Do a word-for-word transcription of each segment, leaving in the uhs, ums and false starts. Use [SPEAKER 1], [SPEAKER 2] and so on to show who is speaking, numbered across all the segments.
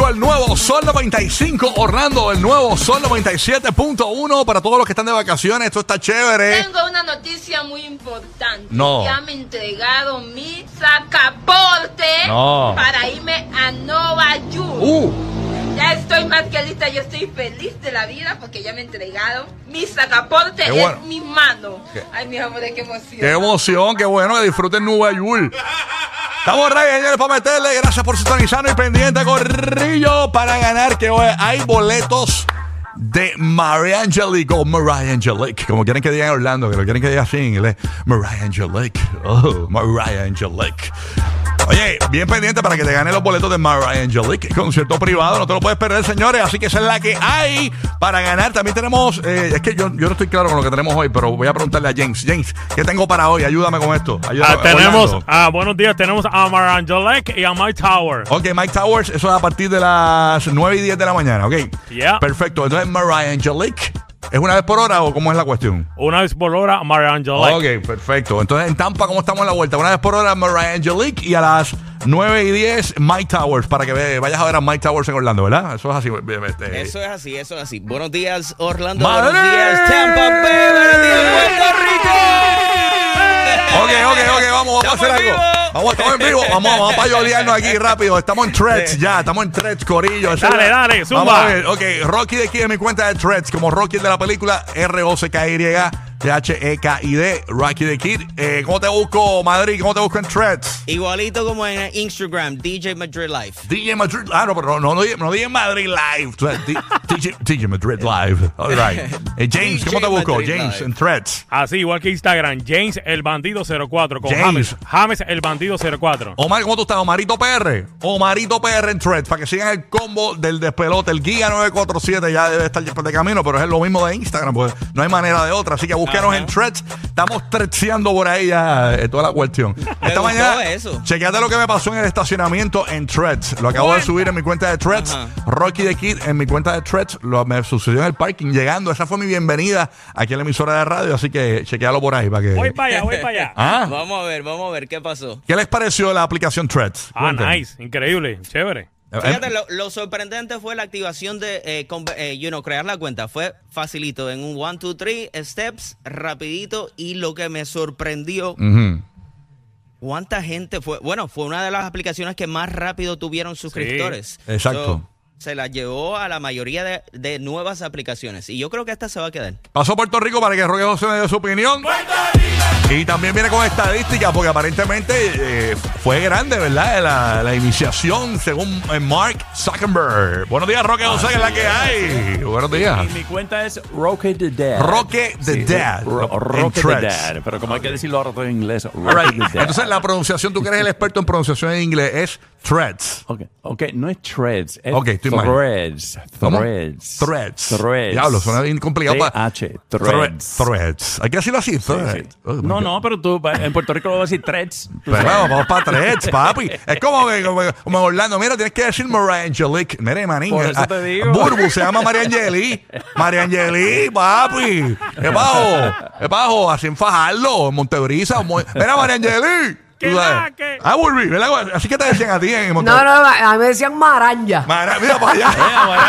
[SPEAKER 1] cinco, el nuevo Sol noventa y cinco. Orlando, el nuevo Sol noventa y siete punto uno. Para todos los que están de vacaciones, esto está chévere.
[SPEAKER 2] Tengo una noticia muy importante.
[SPEAKER 1] No.
[SPEAKER 2] Ya me entregaron mi sacaporte
[SPEAKER 1] No.
[SPEAKER 2] para irme a Nueva York.
[SPEAKER 1] Uh.
[SPEAKER 2] Ya estoy más que lista, yo estoy feliz de la vida porque ya me entregaron mi sacaporte
[SPEAKER 1] Qué bueno.
[SPEAKER 2] en mi mano.
[SPEAKER 1] Qué-
[SPEAKER 2] Ay, mi amor, qué emoción.
[SPEAKER 1] Qué emoción, qué bueno que disfruten Nueva York. Estamos ready, señores, para meterle. Gracias por sintonizarnos y pendiente, corrillo, para ganar, que hoy hay boletos de Mariah Angelique o Mariah Angelique, como quieren que diga en Orlando, que lo quieren que diga así en inglés. Mariah Angelique. Oh, Mariah Angelique. Oye, bien pendiente para que te ganen los boletos de Mariah Angelique, concierto privado, no te lo puedes perder, señores, así que esa es la que hay para ganar. También tenemos, eh, es que yo, yo no estoy claro con lo que tenemos hoy, pero voy a preguntarle a James. James, ¿qué tengo para hoy? Ayúdame con esto. Ayúdame,
[SPEAKER 3] Ah, tenemos,
[SPEAKER 1] Orlando.
[SPEAKER 3] ah, buenos días, tenemos a Mariah Angelique y a Mike Tower.
[SPEAKER 1] Ok, Mike Towers, eso es a partir de las nueve y diez de la mañana, ok.
[SPEAKER 3] Yeah.
[SPEAKER 1] Perfecto, entonces Mariah Angelique, ¿es una vez por hora o cómo es la cuestión?
[SPEAKER 3] Una vez por hora, Mariah Angelique.
[SPEAKER 1] Ok, perfecto. Entonces en Tampa, ¿cómo estamos en la vuelta? Una vez por hora Mariah Angelique y a las nueve y diez Mike Towers, para que ve- vayas a ver a Mike Towers en Orlando, ¿verdad? Eso es así. Este,
[SPEAKER 4] Eso es así, eso es así. Buenos días, Orlando.
[SPEAKER 1] ¡Madre!
[SPEAKER 4] Buenos días, Tampa Bay. Buenos días, Puerto Rico.
[SPEAKER 1] Ok, ok, ok, vamos, vamos a hacer algo. Vamos, estamos en vivo. Vamos, vamos para yolearnos aquí rápido. Estamos en Threads ya, estamos en Threads, corillo. Esa
[SPEAKER 3] Dale,
[SPEAKER 1] es la-
[SPEAKER 3] dale, zumba.
[SPEAKER 1] Vamos a ver, ok, Rocky de aquí en mi cuenta de Threads, como Rocky de la película, R O C K Y T H E K I D, Rocky the Kid. Eh, ¿Cómo te busco, Madrid? ¿Cómo te busco en Threads?
[SPEAKER 4] Igualito como en Instagram, D J Madrid Life.
[SPEAKER 1] D J Madrid, ah, no, pero no, no, no, no dije Madrid Live. O sea, D- DJ, D J Madrid Live. All right. Eh, James, ¿cómo
[SPEAKER 4] D J
[SPEAKER 1] te busco?
[SPEAKER 4] Madrid
[SPEAKER 1] James,
[SPEAKER 4] Live.
[SPEAKER 1] en Threads.
[SPEAKER 3] Así, igual que Instagram, James el Bandido cero cuatro con
[SPEAKER 1] James.
[SPEAKER 3] James. James el Bandido cero cuatro.
[SPEAKER 1] Omar, ¿cómo tú estás? Omarito P R. Omarito P R en Threads, para que sigan el combo del despelote. El Guía nueve cuatro siete ya debe estar de camino, pero es lo mismo de Instagram, pues no hay manera de otra. Así que búsquenos
[SPEAKER 4] Ajá.
[SPEAKER 1] en Threads. Estamos trecheando por ahí ya eh, toda la cuestión. Esta
[SPEAKER 4] gustó
[SPEAKER 1] mañana,
[SPEAKER 4] eso.
[SPEAKER 1] chequeate lo que me pasó en el estacionamiento en Threads. Lo acabo de subir en mi cuenta de Threads.
[SPEAKER 4] Ajá.
[SPEAKER 1] Rocky the Kid en mi cuenta de Threads. Lo, me sucedió en el parking llegando. Esa fue mi bienvenida aquí en la emisora de radio. Así que chequealo por ahí para que.
[SPEAKER 3] Voy para allá, voy para allá.
[SPEAKER 1] Ah,
[SPEAKER 4] Vamos a ver, vamos a ver qué pasó.
[SPEAKER 1] ¿qué les pareció la aplicación Threads?
[SPEAKER 3] Ah,
[SPEAKER 1] Cuéntenme.
[SPEAKER 3] nice, increíble, chévere.
[SPEAKER 1] Eh,
[SPEAKER 4] Fíjate, lo, lo sorprendente fue la activación de, eh, con- eh, you know, crear la cuenta. Fue facilito, en un one, two, three steps, rapidito. Y lo que me sorprendió,
[SPEAKER 1] Ujú.
[SPEAKER 4] cuánta gente fue. Bueno, fue una de las aplicaciones que más rápido tuvieron suscriptores.
[SPEAKER 1] exacto.
[SPEAKER 4] So, se la llevó a la mayoría de, de nuevas aplicaciones. Y yo creo que esta se va a quedar.
[SPEAKER 1] Pasó a Puerto Rico para que Roque José me dé su opinión. Y también viene con estadísticas, porque aparentemente eh, fue grande, ¿verdad? La, la iniciación, según eh, Mark Zuckerberg. Buenos días, Roque José, que es la que hay. Buenos días.
[SPEAKER 5] Y mi cuenta es Roque the Dad.
[SPEAKER 1] Roque the
[SPEAKER 5] Sí,
[SPEAKER 1] Dad.
[SPEAKER 5] Ro-
[SPEAKER 1] en
[SPEAKER 5] Roque the
[SPEAKER 1] Threads.
[SPEAKER 5] Dad. Pero como hay que decirlo ahora todo en inglés,
[SPEAKER 1] All
[SPEAKER 5] Roque
[SPEAKER 1] right.
[SPEAKER 5] the Dad.
[SPEAKER 1] Entonces, la pronunciación, tú que eres el experto en pronunciación en inglés, es Threads.
[SPEAKER 5] Ok, ok, no es threads, es
[SPEAKER 1] Ok, estoy mal.
[SPEAKER 5] threads.
[SPEAKER 1] ¿Cómo?
[SPEAKER 5] Threads.
[SPEAKER 1] Threads.
[SPEAKER 5] Threads.
[SPEAKER 1] Diablo, suena bien complicado para-
[SPEAKER 5] T H,
[SPEAKER 1] Threads.
[SPEAKER 5] threads.
[SPEAKER 1] Threads. Hay que decirlo así,
[SPEAKER 5] Sí,
[SPEAKER 1] Threads.
[SPEAKER 5] sí.
[SPEAKER 1] Oh, my
[SPEAKER 5] No,
[SPEAKER 1] God.
[SPEAKER 5] no, pero tú en Puerto Rico lo vas a decir threads. Tú
[SPEAKER 1] Pero
[SPEAKER 5] sabes.
[SPEAKER 1] vamos, vamos para Threads, papi. Es como, que- como, como en Orlando. Mira, tienes que decir Mariah Angelique. Mira, manín.
[SPEAKER 5] Por eso te digo.
[SPEAKER 1] Burbu se llama María Angelique. María Angelique, papi. ¿Qué bajo? ¿Qué bajo? Así en Fajardo, en Montebrisa. Mo- Mira, María Angelique.
[SPEAKER 3] ¿Qué
[SPEAKER 1] Tú sabes.
[SPEAKER 3] la que?
[SPEAKER 1] Ah, Burbu. ¿verdad? Así que te decían a ti en
[SPEAKER 6] No,
[SPEAKER 1] Montebrisa.
[SPEAKER 6] no, a mí me decían maranja.
[SPEAKER 1] Mara- mira para allá.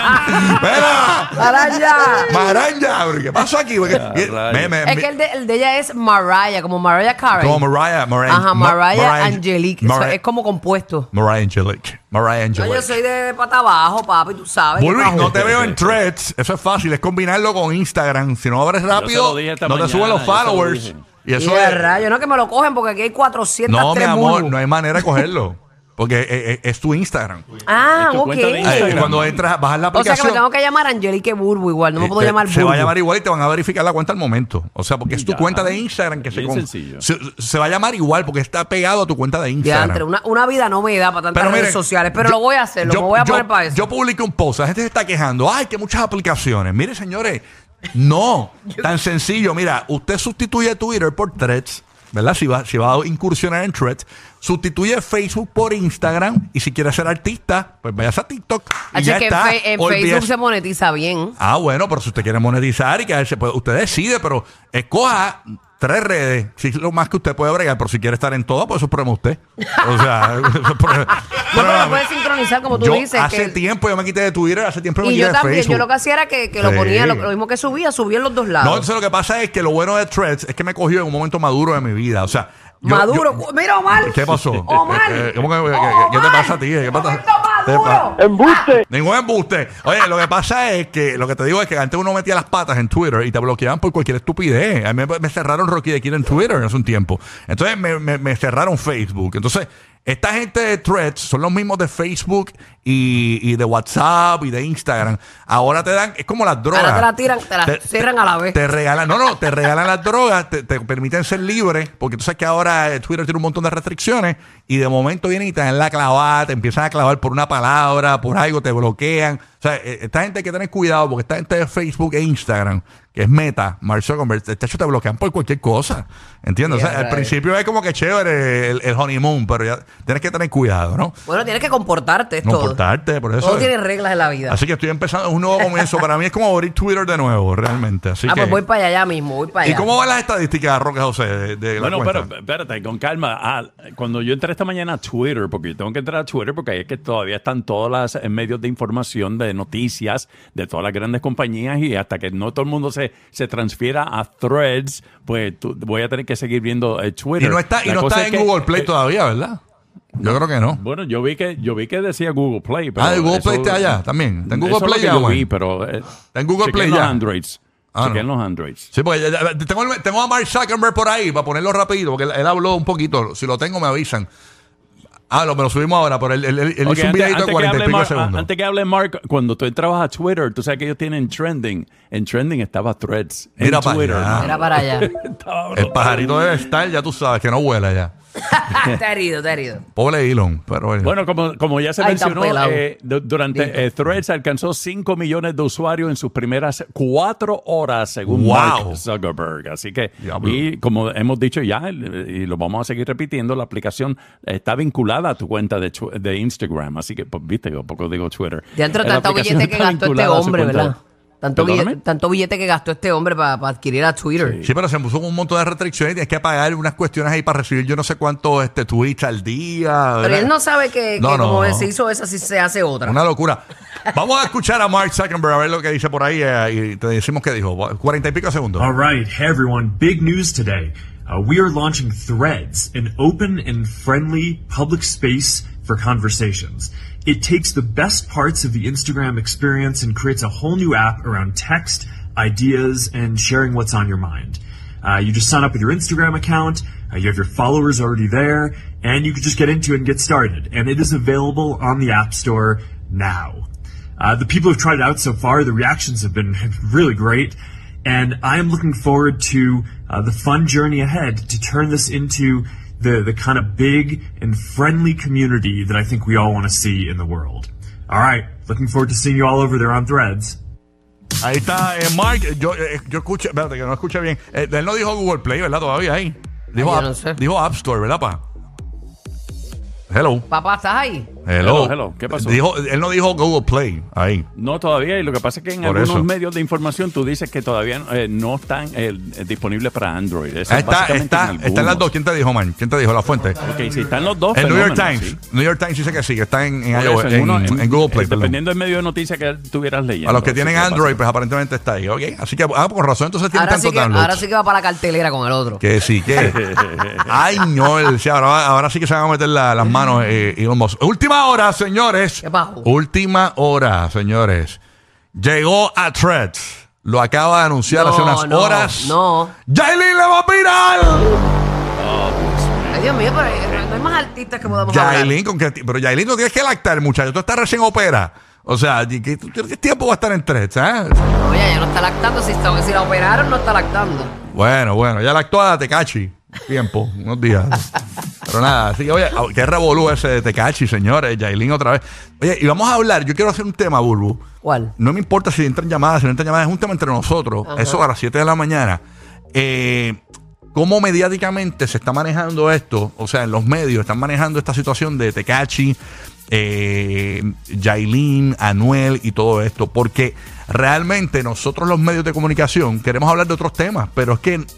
[SPEAKER 1] Mira.
[SPEAKER 6] Maranja.
[SPEAKER 1] Maranja. ¿Qué pasó aquí? Porque-
[SPEAKER 5] rayos.
[SPEAKER 1] me- me-
[SPEAKER 6] Es que el de, el de ella es Mariah, como Mariah Carey.
[SPEAKER 1] Como Mariah. Mariah
[SPEAKER 6] Ajá,
[SPEAKER 1] Ma-
[SPEAKER 6] Mariah Angelique. Eso
[SPEAKER 1] Mariah-
[SPEAKER 6] es como compuesto.
[SPEAKER 1] Mariah Angelique. Mariah
[SPEAKER 6] No,
[SPEAKER 1] Angelique.
[SPEAKER 6] yo soy de pata abajo, papi, tú sabes.
[SPEAKER 1] Bulbi,
[SPEAKER 6] de
[SPEAKER 1] no te
[SPEAKER 6] bajo.
[SPEAKER 1] veo en Threads. Eso es fácil, es combinarlo con Instagram. Si no abres
[SPEAKER 5] Yo se
[SPEAKER 1] rápido,
[SPEAKER 5] lo dije esta
[SPEAKER 1] no te
[SPEAKER 5] mañana,
[SPEAKER 1] suben los
[SPEAKER 5] yo se lo
[SPEAKER 1] followers.
[SPEAKER 5] dije.
[SPEAKER 1] Y eso
[SPEAKER 6] Y de
[SPEAKER 1] es.
[SPEAKER 6] rayo, no que me lo cogen porque aquí hay cuatrocientos
[SPEAKER 1] No, mi
[SPEAKER 6] tres
[SPEAKER 1] amor,
[SPEAKER 6] bulbos.
[SPEAKER 1] no hay manera de cogerlo. Porque es, es- es tu Instagram.
[SPEAKER 6] Ah,
[SPEAKER 5] Es tu
[SPEAKER 6] ok.
[SPEAKER 5] cuenta de
[SPEAKER 1] Ay,
[SPEAKER 5] Instagram.
[SPEAKER 1] cuando entras, bajas la
[SPEAKER 6] O sea que
[SPEAKER 1] aplicación.
[SPEAKER 6] me tengo que llamar Angelique Burbu igual, no me
[SPEAKER 1] eh,
[SPEAKER 6] puedo
[SPEAKER 1] te-
[SPEAKER 6] llamar
[SPEAKER 1] Se
[SPEAKER 6] Burbu.
[SPEAKER 1] va a llamar igual y te van a verificar la cuenta al momento. O sea, porque es tu
[SPEAKER 5] Ya.
[SPEAKER 1] cuenta de Instagram que se,
[SPEAKER 5] Bien
[SPEAKER 1] con-
[SPEAKER 5] sencillo.
[SPEAKER 1] se, se va a llamar igual porque está pegado a tu cuenta de Instagram.
[SPEAKER 6] Diantre, una, una vida no me da para tantas
[SPEAKER 1] Pero
[SPEAKER 6] redes
[SPEAKER 1] miren,
[SPEAKER 6] sociales, pero
[SPEAKER 1] yo-
[SPEAKER 6] lo voy a hacer, lo
[SPEAKER 1] yo-
[SPEAKER 6] me voy a
[SPEAKER 1] yo-
[SPEAKER 6] poner para eso.
[SPEAKER 1] Yo publiqué un post, la gente se está quejando. Ay, que muchas aplicaciones. Mire, señores, no, tan sencillo. Mira, usted sustituye Twitter por Threads, ¿verdad? Si va, si va a incursionar en Threads, sustituye Facebook por Instagram y si quiere ser artista, pues vaya a TikTok y
[SPEAKER 6] Así
[SPEAKER 1] ya
[SPEAKER 6] que en,
[SPEAKER 1] está.
[SPEAKER 6] fe- en
[SPEAKER 1] Olvídese-
[SPEAKER 6] Facebook se monetiza bien.
[SPEAKER 1] Ah, bueno, pero si usted quiere monetizar y que se puede- usted decide, pero escoja Tres redes, sí, es lo más que usted puede bregar, pero si quiere estar en todas, pues eso es problema de usted. O sea, eso es problema.
[SPEAKER 6] No, pero lo puedes sincronizar como tú
[SPEAKER 1] yo
[SPEAKER 6] dices.
[SPEAKER 1] Hace
[SPEAKER 6] que...
[SPEAKER 1] tiempo yo me quité de Twitter, hace tiempo me
[SPEAKER 6] Y
[SPEAKER 1] quité
[SPEAKER 6] yo
[SPEAKER 1] de
[SPEAKER 6] también,
[SPEAKER 1] Facebook.
[SPEAKER 6] yo lo que hacía era que, que lo
[SPEAKER 1] Sí.
[SPEAKER 6] ponía, lo, lo mismo que subía, subía en los dos lados.
[SPEAKER 1] No, entonces lo que pasa es que lo bueno de Threads es que me cogió en un momento maduro de mi vida. O sea, yo-
[SPEAKER 6] Maduro,
[SPEAKER 1] yo-
[SPEAKER 6] mira Omar.
[SPEAKER 1] ¿Qué pasó?
[SPEAKER 6] Omar.
[SPEAKER 1] Eh, eh, ¿cómo que-
[SPEAKER 6] Omar.
[SPEAKER 1] ¿Qué te pasa a ti? ¿Qué pasa?
[SPEAKER 6] Momento
[SPEAKER 1] ¿Qué
[SPEAKER 6] maduro.
[SPEAKER 1] pasa? ¡Embuste! Ningún embuste. Oye, lo que pasa es que lo que te digo es que antes uno metía las patas en Twitter y te bloqueaban por cualquier estupidez. A mí me, me cerraron Rocky de Kid en Twitter hace un tiempo. Entonces me, me, me cerraron Facebook. Entonces, esta gente de Threads son los mismos de Facebook y, y de WhatsApp y de Instagram. Ahora te dan, es como las drogas.
[SPEAKER 6] Ahora te la tiran, te la cierran a la vez.
[SPEAKER 1] Te regalan, no, no, te regalan las drogas, te, te permiten ser libre, porque tú sabes que ahora eh, Twitter tiene un montón de restricciones y de momento vienen y te dan la clavada, te empiezan a clavar por una palabra, por algo, te bloquean. O sea, eh, esta gente hay que tener cuidado porque esta gente de Facebook e Instagram, que es Meta, Mark Zuckerberg, de hecho te bloquean por cualquier cosa. ¿Entiendes?
[SPEAKER 6] Yeah,
[SPEAKER 1] o sea, al
[SPEAKER 6] right.
[SPEAKER 1] principio es como que chévere el, el honeymoon, pero ya tienes que tener cuidado, ¿no?
[SPEAKER 6] Bueno, tienes que comportarte, es todo.
[SPEAKER 1] Comportarte, por eso.
[SPEAKER 6] Todo
[SPEAKER 1] es.
[SPEAKER 6] tiene reglas en la vida.
[SPEAKER 1] Así que estoy empezando un nuevo comienzo. Para mí es como abrir Twitter de nuevo, realmente. Así
[SPEAKER 6] ah,
[SPEAKER 1] que,
[SPEAKER 6] pues voy para allá ya mismo, voy para allá.
[SPEAKER 1] ¿Y cómo van las estadísticas, Roque José, de, de la
[SPEAKER 5] Bueno,
[SPEAKER 1] cuenta?
[SPEAKER 5] pero espérate, con calma. Ah, cuando yo entré esta mañana a Twitter, porque yo tengo que entrar a Twitter porque ahí es que todavía están todas las eh, medios de información, de noticias, de todas las grandes compañías y hasta que no todo el mundo se, se transfiera a Threads, pues tú- voy a tener que seguir viendo eh, Twitter.
[SPEAKER 1] Y no está, y
[SPEAKER 5] La
[SPEAKER 1] no
[SPEAKER 5] cosa
[SPEAKER 1] está
[SPEAKER 5] es
[SPEAKER 1] en
[SPEAKER 5] que,
[SPEAKER 1] Google Play
[SPEAKER 5] eh,
[SPEAKER 1] todavía, ¿verdad? Yo creo que no.
[SPEAKER 5] Bueno, yo vi que yo vi que decía Google Play. Pero
[SPEAKER 1] Ah, ¿el Google
[SPEAKER 5] eso-
[SPEAKER 1] Play está allá también? ¿Está en Google
[SPEAKER 5] eso es lo
[SPEAKER 1] Play
[SPEAKER 5] que
[SPEAKER 1] ya,
[SPEAKER 5] yo
[SPEAKER 1] Omar?
[SPEAKER 5] vi, pero eh,
[SPEAKER 1] ¿Está en Google
[SPEAKER 5] chequeen
[SPEAKER 1] Play
[SPEAKER 5] los
[SPEAKER 1] ya?
[SPEAKER 5] Androids.
[SPEAKER 1] Ah,
[SPEAKER 5] Chequeen
[SPEAKER 1] no.
[SPEAKER 5] los Androids.
[SPEAKER 1] Sí, porque ya- ya- tengo, el- tengo a Mark Zuckerberg por ahí para ponerlo rapidito, porque él, él habló un poquito. Si lo tengo, me avisan. Ah, lo, me lo subimos ahora, pero él, él, él
[SPEAKER 5] Ok,
[SPEAKER 1] hizo un
[SPEAKER 5] antes-
[SPEAKER 1] videito
[SPEAKER 5] antes
[SPEAKER 1] de
[SPEAKER 5] que
[SPEAKER 1] cuarenta y
[SPEAKER 5] hable
[SPEAKER 1] pico de
[SPEAKER 5] Mark-
[SPEAKER 1] segundos.
[SPEAKER 5] Antes que hable Mark, cuando tú entrabas a Twitter, tú sabes que ellos tienen trending. En trending estaba Threads. En
[SPEAKER 1] Mira para
[SPEAKER 5] Twitter,
[SPEAKER 1] allá.
[SPEAKER 5] mano.
[SPEAKER 6] Era para allá.
[SPEAKER 5] Estaba
[SPEAKER 1] El
[SPEAKER 5] brutal.
[SPEAKER 1] pajarito debe estar, ya tú sabes, que no vuela ya.
[SPEAKER 6] te ha herido, te ha herido.
[SPEAKER 1] Pobre Elon, pero bueno.
[SPEAKER 5] Bueno, como, como ya se
[SPEAKER 6] Ay, tan
[SPEAKER 5] mencionó,
[SPEAKER 6] pelado.
[SPEAKER 5] eh, du- durante eh, Threads alcanzó cinco millones de usuarios en sus primeras cuatro horas, según
[SPEAKER 1] Wow.
[SPEAKER 5] Mark Zuckerberg. Así que,
[SPEAKER 1] Diablo.
[SPEAKER 5] y como hemos dicho ya, el- y lo vamos a seguir repitiendo, la aplicación está vinculada a tu cuenta de, Tw- de Instagram. Así que, pues, viste, yo poco digo Twitter.
[SPEAKER 6] Dentro
[SPEAKER 5] Eh, la
[SPEAKER 6] tanto
[SPEAKER 5] aplicación
[SPEAKER 6] billete que
[SPEAKER 5] está
[SPEAKER 6] gastó este
[SPEAKER 5] vinculada a su
[SPEAKER 6] hombre,
[SPEAKER 5] cuenta.
[SPEAKER 6] ¿verdad? Tanto
[SPEAKER 5] ¿Perdóname?
[SPEAKER 6] billete, tanto billete que gastó este hombre para adquirir a Twitter.
[SPEAKER 1] Sí, pero se puso con un montón de restricciones y tienes que pagar unas cuestiones ahí para recibir yo no sé cuántos este, tweets al día.
[SPEAKER 6] Pero
[SPEAKER 1] ¿verdad?
[SPEAKER 6] él no sabe que, que
[SPEAKER 1] No, no.
[SPEAKER 6] como se hizo esa, si se hace otra.
[SPEAKER 1] Una locura. Vamos a escuchar a Mark Zuckerberg a ver lo que dice por ahí eh, y te decimos qué dijo. Cuarenta y pico segundos.
[SPEAKER 7] All right, hey everyone, big news today. Uh, we are launching Threads, an open and friendly public space for conversations. It takes the best parts of the Instagram experience and creates a whole new app around text, ideas, and sharing what's on your mind. Uh, you just sign up with your Instagram account, uh, you have your followers already there, and you can just get into it and get started. And it is available on the App Store now. Uh, the people who've tried it out so far, the reactions have been really great. And I am looking forward to uh, the fun journey ahead to turn this into the, the kind of big and friendly community that I think we all want to see in the world. All right, looking forward to seeing you all over there on Threads.
[SPEAKER 1] Ahí está eh, Mark. Yo, eh, yo escuché, espérate que no escuché bien. Eh, él no dijo Google Play, ¿verdad? Todavía ahí. Dijo,
[SPEAKER 6] Ay, yo
[SPEAKER 1] App,
[SPEAKER 6] no sé.
[SPEAKER 1] dijo App Store, ¿verdad, pa? Hello.
[SPEAKER 6] Papá, ¿estás ahí?
[SPEAKER 1] Hello.
[SPEAKER 5] Hello, hello. ¿Qué pasó?
[SPEAKER 1] Dijo, él no dijo Google Play ahí.
[SPEAKER 5] No, todavía. Y lo que pasa es que en
[SPEAKER 1] Por
[SPEAKER 5] algunos
[SPEAKER 1] eso.
[SPEAKER 5] medios de información tú dices que todavía eh, no están eh, disponibles para Android. Eso
[SPEAKER 1] Ahí
[SPEAKER 5] es
[SPEAKER 1] está,
[SPEAKER 5] básicamente
[SPEAKER 1] está,
[SPEAKER 5] en
[SPEAKER 1] está en las
[SPEAKER 5] algunos.
[SPEAKER 1] dos. ¿Quién te dijo, man? ¿Quién te dijo? La fuente.
[SPEAKER 5] Ok, si están los dos.
[SPEAKER 1] El New York
[SPEAKER 5] fenómenos,
[SPEAKER 1] Times.
[SPEAKER 5] sí.
[SPEAKER 1] New York Times dice que sí, que está en, en,
[SPEAKER 5] Por
[SPEAKER 1] iOS,
[SPEAKER 5] eso,
[SPEAKER 1] en,
[SPEAKER 5] uno-
[SPEAKER 1] en Google Play.
[SPEAKER 5] eh,
[SPEAKER 1] perdón.
[SPEAKER 5] Dependiendo del medio de noticias que estuvieras leyendo.
[SPEAKER 1] A los que
[SPEAKER 5] Así
[SPEAKER 1] tienen
[SPEAKER 5] pasa.
[SPEAKER 1] Android, pues aparentemente está ahí. Ok. Así que, ah, por razón, entonces tienen
[SPEAKER 6] Ahora
[SPEAKER 1] tantos
[SPEAKER 6] sí, que,
[SPEAKER 1] downloads.
[SPEAKER 6] ahora sí que va para la cartelera con el otro.
[SPEAKER 1] Que sí, que. Ay, no. Sí, ahora, ahora sí que se van a meter la- las manos eh, Elon Musk. Última hora, señores.
[SPEAKER 6] ¿Qué pasó?
[SPEAKER 1] Última hora, señores. Llegó a Threads. Lo acaba de anunciar
[SPEAKER 6] No,
[SPEAKER 1] hace unas
[SPEAKER 6] no,
[SPEAKER 1] horas.
[SPEAKER 6] no.
[SPEAKER 1] ¡Yailin le va a viral!
[SPEAKER 6] Ay, Dios mío, pero hay- no hay más artistas que podamos hablar.
[SPEAKER 1] Yailin, ¿con qué ti- pero Yailin no tienes que lactar, muchacho. Tú estás recién opera. O sea, ¿qué, qué, qué tiempo va a estar en Threads? eh?
[SPEAKER 6] No, ya, ya no está lactando. Si, está- si la operaron, no está lactando.
[SPEAKER 1] Bueno, bueno, ya la actuada Tecachi. Tiempo, unos días. Pero nada, así que, oye, qué revolú ese de Tecachi, señores. Yailin otra vez. Oye, y vamos a hablar. Yo quiero hacer un tema, Bulbu.
[SPEAKER 6] ¿Cuál?
[SPEAKER 1] No me importa si entran llamadas, si no entran llamadas, es un tema entre nosotros.
[SPEAKER 6] Ajá.
[SPEAKER 1] Eso a las siete de la mañana. Eh, ¿Cómo mediáticamente se está manejando esto? O sea, en los medios están manejando esta situación de Tecachi, eh, Yailin, Anuel y todo esto. Porque realmente nosotros los medios de comunicación queremos hablar de otros temas, pero es que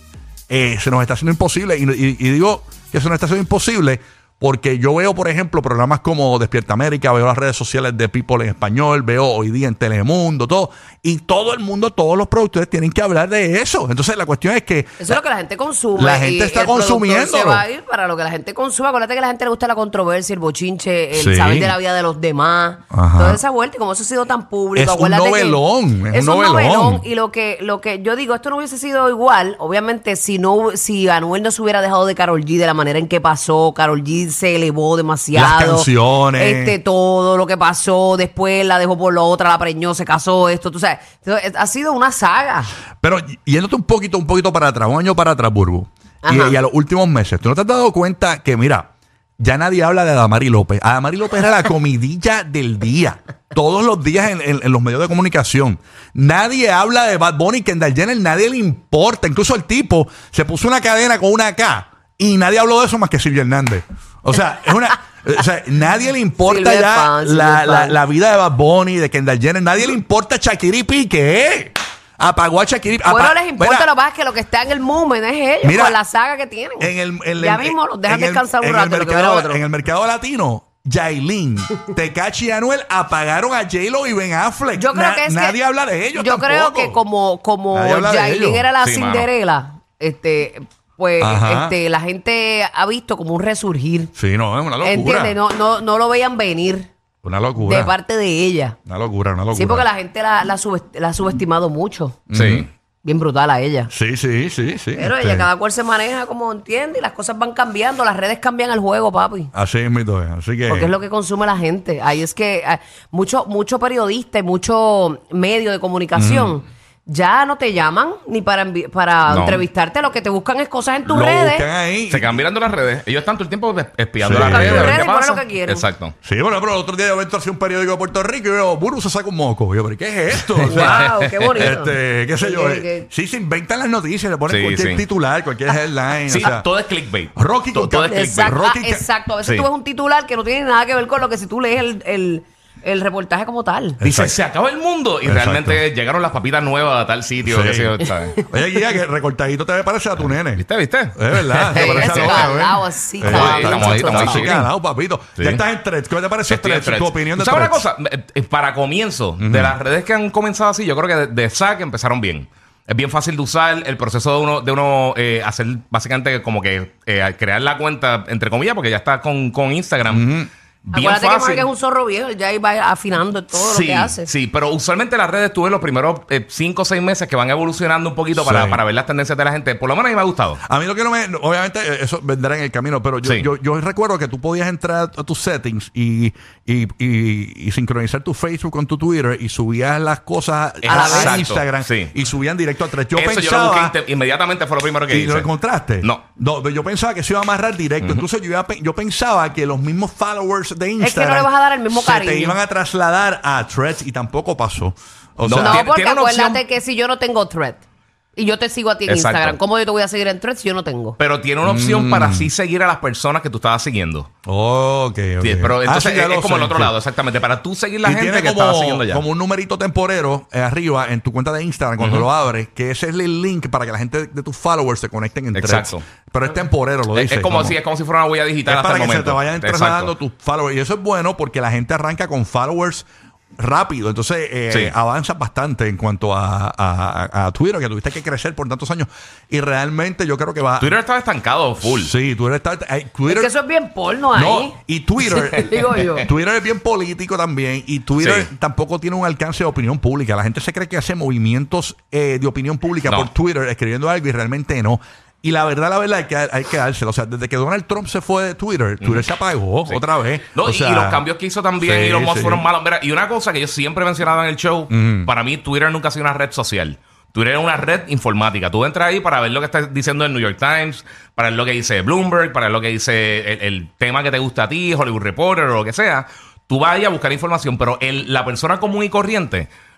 [SPEAKER 1] eh, se nos está haciendo imposible. Y, y, y digo que se nos está haciendo imposible porque yo veo, por ejemplo, programas como Despierta América, veo las redes sociales de People en español, veo Hoy Día en Telemundo, todo. Y todo el mundo, todos los productores tienen que hablar de eso. Entonces la cuestión es que...
[SPEAKER 6] Eso es lo que la gente consume.
[SPEAKER 1] La gente
[SPEAKER 6] y
[SPEAKER 1] está
[SPEAKER 6] el productor
[SPEAKER 1] consumiéndolo.
[SPEAKER 6] se va a ir para lo que la gente consume. Acuérdate que a la gente le gusta la controversia, el bochinche, el
[SPEAKER 1] Sí.
[SPEAKER 6] saber de la vida de los demás.
[SPEAKER 1] Ajá.
[SPEAKER 6] Toda esa vuelta, y como eso ha sido tan público.
[SPEAKER 1] Es un
[SPEAKER 6] acuérdate que
[SPEAKER 1] novelón, es un
[SPEAKER 6] es
[SPEAKER 1] novelón.
[SPEAKER 6] Y lo que, lo que yo digo, esto no hubiese sido igual, obviamente, si no si Anuel no se hubiera dejado de Karol G de la manera en que pasó. Karol G se elevó demasiado.
[SPEAKER 1] Las canciones.
[SPEAKER 6] Este, todo lo que pasó. Después la dejó por la otra, la preñó, se casó, esto, tú sabes. Entonces, ha sido una saga.
[SPEAKER 1] Pero yéndote un poquito, un poquito para atrás, un año para atrás, Burbu, y,
[SPEAKER 6] Ajá.
[SPEAKER 1] y a los últimos meses, ¿tú no te has dado cuenta que, mira, ya nadie habla de Adamari López? Adamari López era la comidilla del día. Todos los días en, en- en los medios de comunicación. Nadie habla de Bad Bunny, Kendall Jenner, nadie le importa. Incluso el tipo se puso una cadena con una K y nadie habló de eso más que Silvio Hernández. O sea, es una... O sea, nadie le importa
[SPEAKER 6] Silvio es
[SPEAKER 1] ya
[SPEAKER 6] fan, Silvio
[SPEAKER 1] la,
[SPEAKER 6] es
[SPEAKER 1] la,
[SPEAKER 6] fan.
[SPEAKER 1] la vida de Bad Bunny, de Kendall Jenner. Nadie le importa Shakira y Piqué. Apagó a Shakira y
[SPEAKER 6] Bueno,
[SPEAKER 1] apa-
[SPEAKER 6] les importa,
[SPEAKER 1] Mira,
[SPEAKER 6] lo que pasa es que lo que está en el moment es ellos,
[SPEAKER 1] Mira,
[SPEAKER 6] con la saga que tienen.
[SPEAKER 1] en el, en
[SPEAKER 6] ya
[SPEAKER 1] el-
[SPEAKER 6] mismo los dejan
[SPEAKER 1] en el-
[SPEAKER 6] descansar un
[SPEAKER 1] en el
[SPEAKER 6] rato, lo que
[SPEAKER 1] mercado,
[SPEAKER 6] viene otro.
[SPEAKER 1] En el mercado latino, Yailin, Tekashi y Anuel apagaron a J-Lo y Ben Affleck.
[SPEAKER 6] Yo creo
[SPEAKER 1] Na-
[SPEAKER 6] que es
[SPEAKER 1] nadie
[SPEAKER 6] que-
[SPEAKER 1] habla de ellos
[SPEAKER 6] Yo
[SPEAKER 1] tampoco.
[SPEAKER 6] creo que como, como
[SPEAKER 1] Nadie habla de
[SPEAKER 6] Yailin
[SPEAKER 1] ellos.
[SPEAKER 6] era la
[SPEAKER 8] Sí, mano.
[SPEAKER 6] Cinderela, este, pues
[SPEAKER 1] Ajá.
[SPEAKER 6] este, la gente ha visto como un resurgir.
[SPEAKER 1] Sí, no, es una locura.
[SPEAKER 6] ¿Entiendes? No, no, no lo veían venir
[SPEAKER 1] Una locura.
[SPEAKER 6] de parte de ella.
[SPEAKER 1] Una locura, una locura.
[SPEAKER 6] Sí, porque la gente la, la, subest- la ha subestimado mucho.
[SPEAKER 8] Sí.
[SPEAKER 6] Bien brutal a ella.
[SPEAKER 1] Sí, sí, sí, sí.
[SPEAKER 6] Pero
[SPEAKER 1] Este,
[SPEAKER 6] ella, cada cual se maneja como entiende y las cosas van cambiando. Las redes cambian el juego, papi.
[SPEAKER 1] Así es, mi toya. Así que...
[SPEAKER 6] Porque es lo que consume la gente. Ahí es que eh, mucho, mucho periodista y mucho medio de comunicación ya no te llaman ni para envi- para
[SPEAKER 8] No.
[SPEAKER 6] entrevistarte. Lo que te buscan es cosas en tus
[SPEAKER 1] lo
[SPEAKER 6] redes.
[SPEAKER 1] buscan ahí.
[SPEAKER 8] Se quedan mirando las redes. Ellos están todo el tiempo espiando
[SPEAKER 1] Sí.
[SPEAKER 8] las redes. a ver
[SPEAKER 6] Redes
[SPEAKER 8] qué
[SPEAKER 6] y ponen
[SPEAKER 8] pasa.
[SPEAKER 6] lo que quieren.
[SPEAKER 8] Exacto.
[SPEAKER 1] Sí, bueno, pero el otro día yo entro hacia un periódico de Puerto Rico y veo, Buru se saca un moco. Y yo, pero ¿qué es esto? O sea,
[SPEAKER 6] Wow, qué bonito.
[SPEAKER 1] Este, qué sé yo.
[SPEAKER 6] Que-
[SPEAKER 1] eh,
[SPEAKER 6] que-
[SPEAKER 1] Sí, se inventan las noticias, le ponen
[SPEAKER 8] Sí,
[SPEAKER 1] cualquier
[SPEAKER 8] sí.
[SPEAKER 1] titular, cualquier headline.
[SPEAKER 8] Sí,
[SPEAKER 1] o sea,
[SPEAKER 8] todo es clickbait.
[SPEAKER 1] Rocky
[SPEAKER 8] todo,
[SPEAKER 1] con
[SPEAKER 8] todo es
[SPEAKER 1] cam-
[SPEAKER 8] clickbait.
[SPEAKER 6] Exacto,
[SPEAKER 1] Rocky
[SPEAKER 6] ah,
[SPEAKER 1] que-
[SPEAKER 6] exacto. A veces
[SPEAKER 8] Sí.
[SPEAKER 6] tú ves un titular que no tiene nada que ver con lo que si tú lees el, el, el reportaje como tal.
[SPEAKER 8] Dice,
[SPEAKER 1] Exacto.
[SPEAKER 8] se acaba el mundo. Y
[SPEAKER 1] Exacto.
[SPEAKER 8] realmente llegaron las papitas nuevas a tal sitio.
[SPEAKER 1] Sí.
[SPEAKER 8] Qué sé yo, ¿sabes?
[SPEAKER 1] Oye, Guía, que recortadito te parece a tu nene.
[SPEAKER 8] ¿Viste? ¿Viste?
[SPEAKER 1] Es verdad.
[SPEAKER 6] Sí,
[SPEAKER 1] te parece a
[SPEAKER 6] ese
[SPEAKER 1] Lola,
[SPEAKER 6] calao
[SPEAKER 1] ¿eh?
[SPEAKER 6] así,
[SPEAKER 1] Eh,
[SPEAKER 6] calao,
[SPEAKER 8] estamos ahí, estamos ahí,
[SPEAKER 1] así
[SPEAKER 8] sí.
[SPEAKER 1] calao, papito.
[SPEAKER 8] Sí.
[SPEAKER 1] Ya estás en Threads. ¿Qué te parece
[SPEAKER 8] Estoy en
[SPEAKER 1] Threads?
[SPEAKER 8] Threads.
[SPEAKER 1] Tu opinión de
[SPEAKER 8] ¿Sabes una
[SPEAKER 1] Threads.
[SPEAKER 8] cosa? Eh, eh, Para comienzo, de las redes que han comenzado así, yo creo que de, de saque empezaron bien. Es bien fácil de usar el proceso de uno, de uno eh, hacer básicamente como que eh, crear la cuenta, entre comillas, porque ya está con, con Instagram. Bien
[SPEAKER 6] Acuérdate que
[SPEAKER 8] fácil.
[SPEAKER 6] Mark es un zorro viejo, él ya ahí va afinando todo
[SPEAKER 8] sí,
[SPEAKER 6] lo que hace.
[SPEAKER 8] Sí, pero usualmente las redes tú ves los primeros eh, cinco o seis meses que van evolucionando un poquito para,
[SPEAKER 1] Sí.
[SPEAKER 8] para ver las tendencias de la gente. Por lo menos a mí me ha gustado.
[SPEAKER 1] A mí lo que no me... Obviamente eh, eso vendrá en el camino, pero yo,
[SPEAKER 8] Sí.
[SPEAKER 1] yo, yo recuerdo que tú podías entrar a tus settings y, y, y, y sincronizar tu Facebook con tu Twitter y subías las cosas
[SPEAKER 8] A la
[SPEAKER 1] a,
[SPEAKER 8] vez.
[SPEAKER 1] Instagram
[SPEAKER 8] Sí.
[SPEAKER 1] y subían directo a Threads. Yo
[SPEAKER 8] Eso yo lo
[SPEAKER 1] pensaba...
[SPEAKER 8] busqué inte- inmediatamente, fue lo primero que
[SPEAKER 1] ¿Y
[SPEAKER 8] hice.
[SPEAKER 1] lo encontraste?
[SPEAKER 8] No.
[SPEAKER 1] No, yo pensaba que se iba a amarrar directo. Incluso yo, iba a pe- yo pensaba que los mismos followers de Instagram...
[SPEAKER 6] Es que no le vas a dar el mismo
[SPEAKER 1] se
[SPEAKER 6] cariño.
[SPEAKER 1] te iban a trasladar a Threads y tampoco pasó. O
[SPEAKER 8] No,
[SPEAKER 1] sea,
[SPEAKER 6] No,
[SPEAKER 8] tiene-
[SPEAKER 6] porque
[SPEAKER 8] tiene una
[SPEAKER 6] acuérdate
[SPEAKER 8] opción-
[SPEAKER 6] que si yo no tengo thread y yo te sigo a ti en
[SPEAKER 8] Exacto.
[SPEAKER 6] Instagram, ¿cómo yo te voy a seguir en thread si yo no tengo?
[SPEAKER 8] Pero tiene una opción para así seguir a las personas que tú estabas siguiendo.
[SPEAKER 1] ok, ok.
[SPEAKER 8] Sí, pero
[SPEAKER 1] Ah,
[SPEAKER 8] entonces
[SPEAKER 1] sí, ya
[SPEAKER 8] es,
[SPEAKER 1] lo
[SPEAKER 8] es como el
[SPEAKER 1] sé,
[SPEAKER 8] otro
[SPEAKER 1] sí.
[SPEAKER 8] lado, exactamente. Para tú seguir la
[SPEAKER 1] Y
[SPEAKER 8] gente
[SPEAKER 1] tiene
[SPEAKER 8] que
[SPEAKER 1] como,
[SPEAKER 8] estaba siguiendo ya.
[SPEAKER 1] como un numerito temporero eh, arriba en tu cuenta de Instagram cuando lo abres, que ese es el link para que la gente de tus followers se conecten en
[SPEAKER 8] Exacto.
[SPEAKER 1] Threads. Pero es temporero, lo
[SPEAKER 8] es,
[SPEAKER 1] dice.
[SPEAKER 8] es como si es como si fuera una huella digital
[SPEAKER 1] es
[SPEAKER 8] hasta
[SPEAKER 1] para
[SPEAKER 8] el
[SPEAKER 1] que
[SPEAKER 8] momento.
[SPEAKER 1] se te vayan
[SPEAKER 8] Exacto.
[SPEAKER 1] trasladando tus followers. Y eso es bueno porque la gente arranca con followers rápido. Entonces eh,
[SPEAKER 8] Sí.
[SPEAKER 1] avanza bastante en cuanto a, a- a Twitter, que tuviste que crecer por tantos años. Y realmente yo creo que va...
[SPEAKER 8] Twitter estaba estancado full.
[SPEAKER 1] Sí, Twitter está... eh, Twitter,
[SPEAKER 6] Es que eso es bien porno ahí.
[SPEAKER 1] no, y Twitter,
[SPEAKER 6] Digo yo.
[SPEAKER 1] Twitter es bien político también y Twitter
[SPEAKER 8] Sí.
[SPEAKER 1] tampoco tiene un alcance de opinión pública. La gente se cree que hace movimientos eh, de opinión pública
[SPEAKER 8] No.
[SPEAKER 1] por Twitter escribiendo algo y realmente no. Y la verdad, la verdad, hay que, hay que dársela. O sea, desde que Donald Trump se fue de Twitter, Twitter se apagó
[SPEAKER 8] Sí.
[SPEAKER 1] otra vez.
[SPEAKER 8] No,
[SPEAKER 1] O
[SPEAKER 8] y,
[SPEAKER 1] sea,
[SPEAKER 8] y los cambios que hizo también
[SPEAKER 1] sí,
[SPEAKER 8] y los Musk
[SPEAKER 1] sí.
[SPEAKER 8] fueron malos. Mira, y una cosa que yo siempre he mencionado en el show, para mí Twitter nunca ha sido una red social. Twitter es una red informática. Tú entras ahí para ver lo que está diciendo el New York Times, para ver lo que dice Bloomberg, para ver lo que dice el, el tema que te gusta a ti, Hollywood Reporter o lo que sea. Tú vas ahí a buscar información, pero el, la persona común y corriente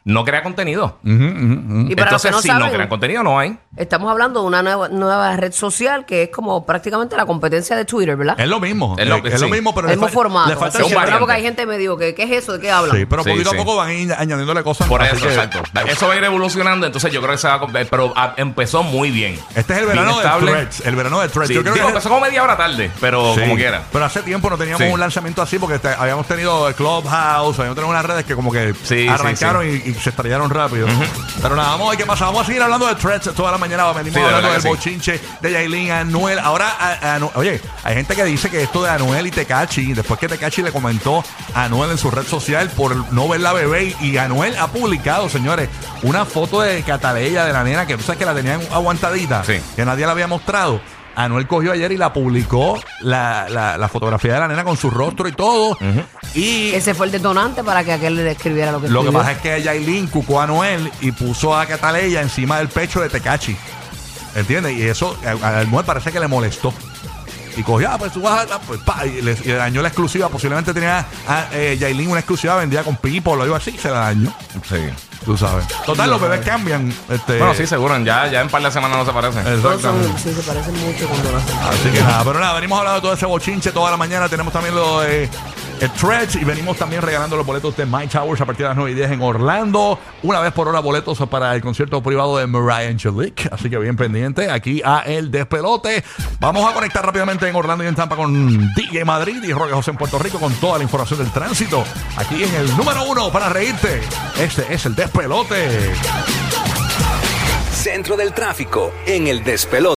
[SPEAKER 8] no crea contenido.
[SPEAKER 6] Y para los que
[SPEAKER 8] Entonces,
[SPEAKER 6] no
[SPEAKER 8] si
[SPEAKER 6] saben,
[SPEAKER 8] no crean contenido, no hay.
[SPEAKER 6] estamos hablando de una nueva, nueva red social que es como prácticamente la competencia de Twitter, ¿verdad?
[SPEAKER 1] Es lo mismo.
[SPEAKER 8] Es lo-
[SPEAKER 1] es lo
[SPEAKER 8] sí.
[SPEAKER 1] mismo, pero
[SPEAKER 6] El
[SPEAKER 1] le
[SPEAKER 6] mismo
[SPEAKER 1] fa-
[SPEAKER 6] formato.
[SPEAKER 1] le falta
[SPEAKER 6] así
[SPEAKER 8] un
[SPEAKER 6] que,
[SPEAKER 1] el-
[SPEAKER 8] variante.
[SPEAKER 6] porque hay gente que me dijo, ¿qué, ¿qué es eso? ¿De qué hablan?
[SPEAKER 1] Sí, pero
[SPEAKER 8] Sí,
[SPEAKER 1] poquito
[SPEAKER 8] sí.
[SPEAKER 1] a poco van a ir añadiéndole cosas.
[SPEAKER 8] Por
[SPEAKER 1] así
[SPEAKER 8] eso,
[SPEAKER 1] que-
[SPEAKER 8] exacto. Eso va a ir evolucionando, entonces yo creo que se va a... Pero ah, empezó muy bien.
[SPEAKER 1] Este es el
[SPEAKER 8] Bien
[SPEAKER 1] verano de
[SPEAKER 8] estable.
[SPEAKER 1] Threads. El verano de Threads.
[SPEAKER 8] Sí,
[SPEAKER 1] Yo creo
[SPEAKER 8] digo,
[SPEAKER 1] que
[SPEAKER 8] empezó como media hora tarde, pero
[SPEAKER 1] Sí,
[SPEAKER 8] como quiera.
[SPEAKER 1] Pero hace tiempo no teníamos
[SPEAKER 8] Sí.
[SPEAKER 1] un lanzamiento así porque te- habíamos tenido el Clubhouse, habíamos tenido unas redes que como que
[SPEAKER 8] Sí,
[SPEAKER 1] arrancaron Y, y se estrellaron rápido. Pero nada, vamos a ver qué pasa. Vamos a seguir hablando de Threads toda la mañana. Venimos
[SPEAKER 8] Sí, de
[SPEAKER 1] hablando
[SPEAKER 8] verdad
[SPEAKER 1] del
[SPEAKER 8] que sí.
[SPEAKER 1] bochinche de Yailin, Anuel. Ahora, a- a- Anu- oye, hay gente que dice que esto de Anuel y Tekashi, después que Tekashi le comentó a Anuel en su red social por no ver la bebé, y Anuel ha publicado, señores, una foto de Cataleya, de la nena, que tú sabes que la tenían aguantadita,
[SPEAKER 8] Sí.
[SPEAKER 1] que nadie la había mostrado. Anuel cogió ayer y la publicó, la, la, la fotografía de la nena con su rostro y todo. Y
[SPEAKER 6] Ese fue el detonante para que aquel le escribiera lo que
[SPEAKER 1] lo que
[SPEAKER 6] escribió.
[SPEAKER 1] pasa es que Yailin cucó a Anuel y puso a Cataleya encima del pecho de Tekashi. ¿Entiendes? Y eso a a Anuel parece que le molestó. Y cogió, ah, pues tú vas a... Pues, pa, y, le, y le dañó la exclusiva. Posiblemente tenía a eh, Yailin una exclusiva vendida con Pipo, lo digo así, se la dañó.
[SPEAKER 8] Sí.
[SPEAKER 1] Tú sabes. Total, los bebés cambian. Este,
[SPEAKER 8] Bueno, sí, seguro. Ya, ya en par de semanas no se parecen.
[SPEAKER 6] Todos son-
[SPEAKER 1] Exactamente.
[SPEAKER 6] sí, se parecen mucho cuando nacen.
[SPEAKER 1] Así que nada, pero nada, venimos hablando de todo ese bochinche toda la mañana. Tenemos también lo de el Threads y venimos también regalando los boletos de My Towers a partir de las nueve y diez en Orlando. Una vez por hora boletos para el concierto privado de Mariah Angelique. Así que bien pendiente aquí a El Despelote. Vamos a conectar rápidamente en Orlando y en Tampa con D J Madrid y Roque José en Puerto Rico con toda la información del tránsito. Aquí en el número uno para reírte. Este es El Despelote.
[SPEAKER 9] Centro del tráfico en El Despelote.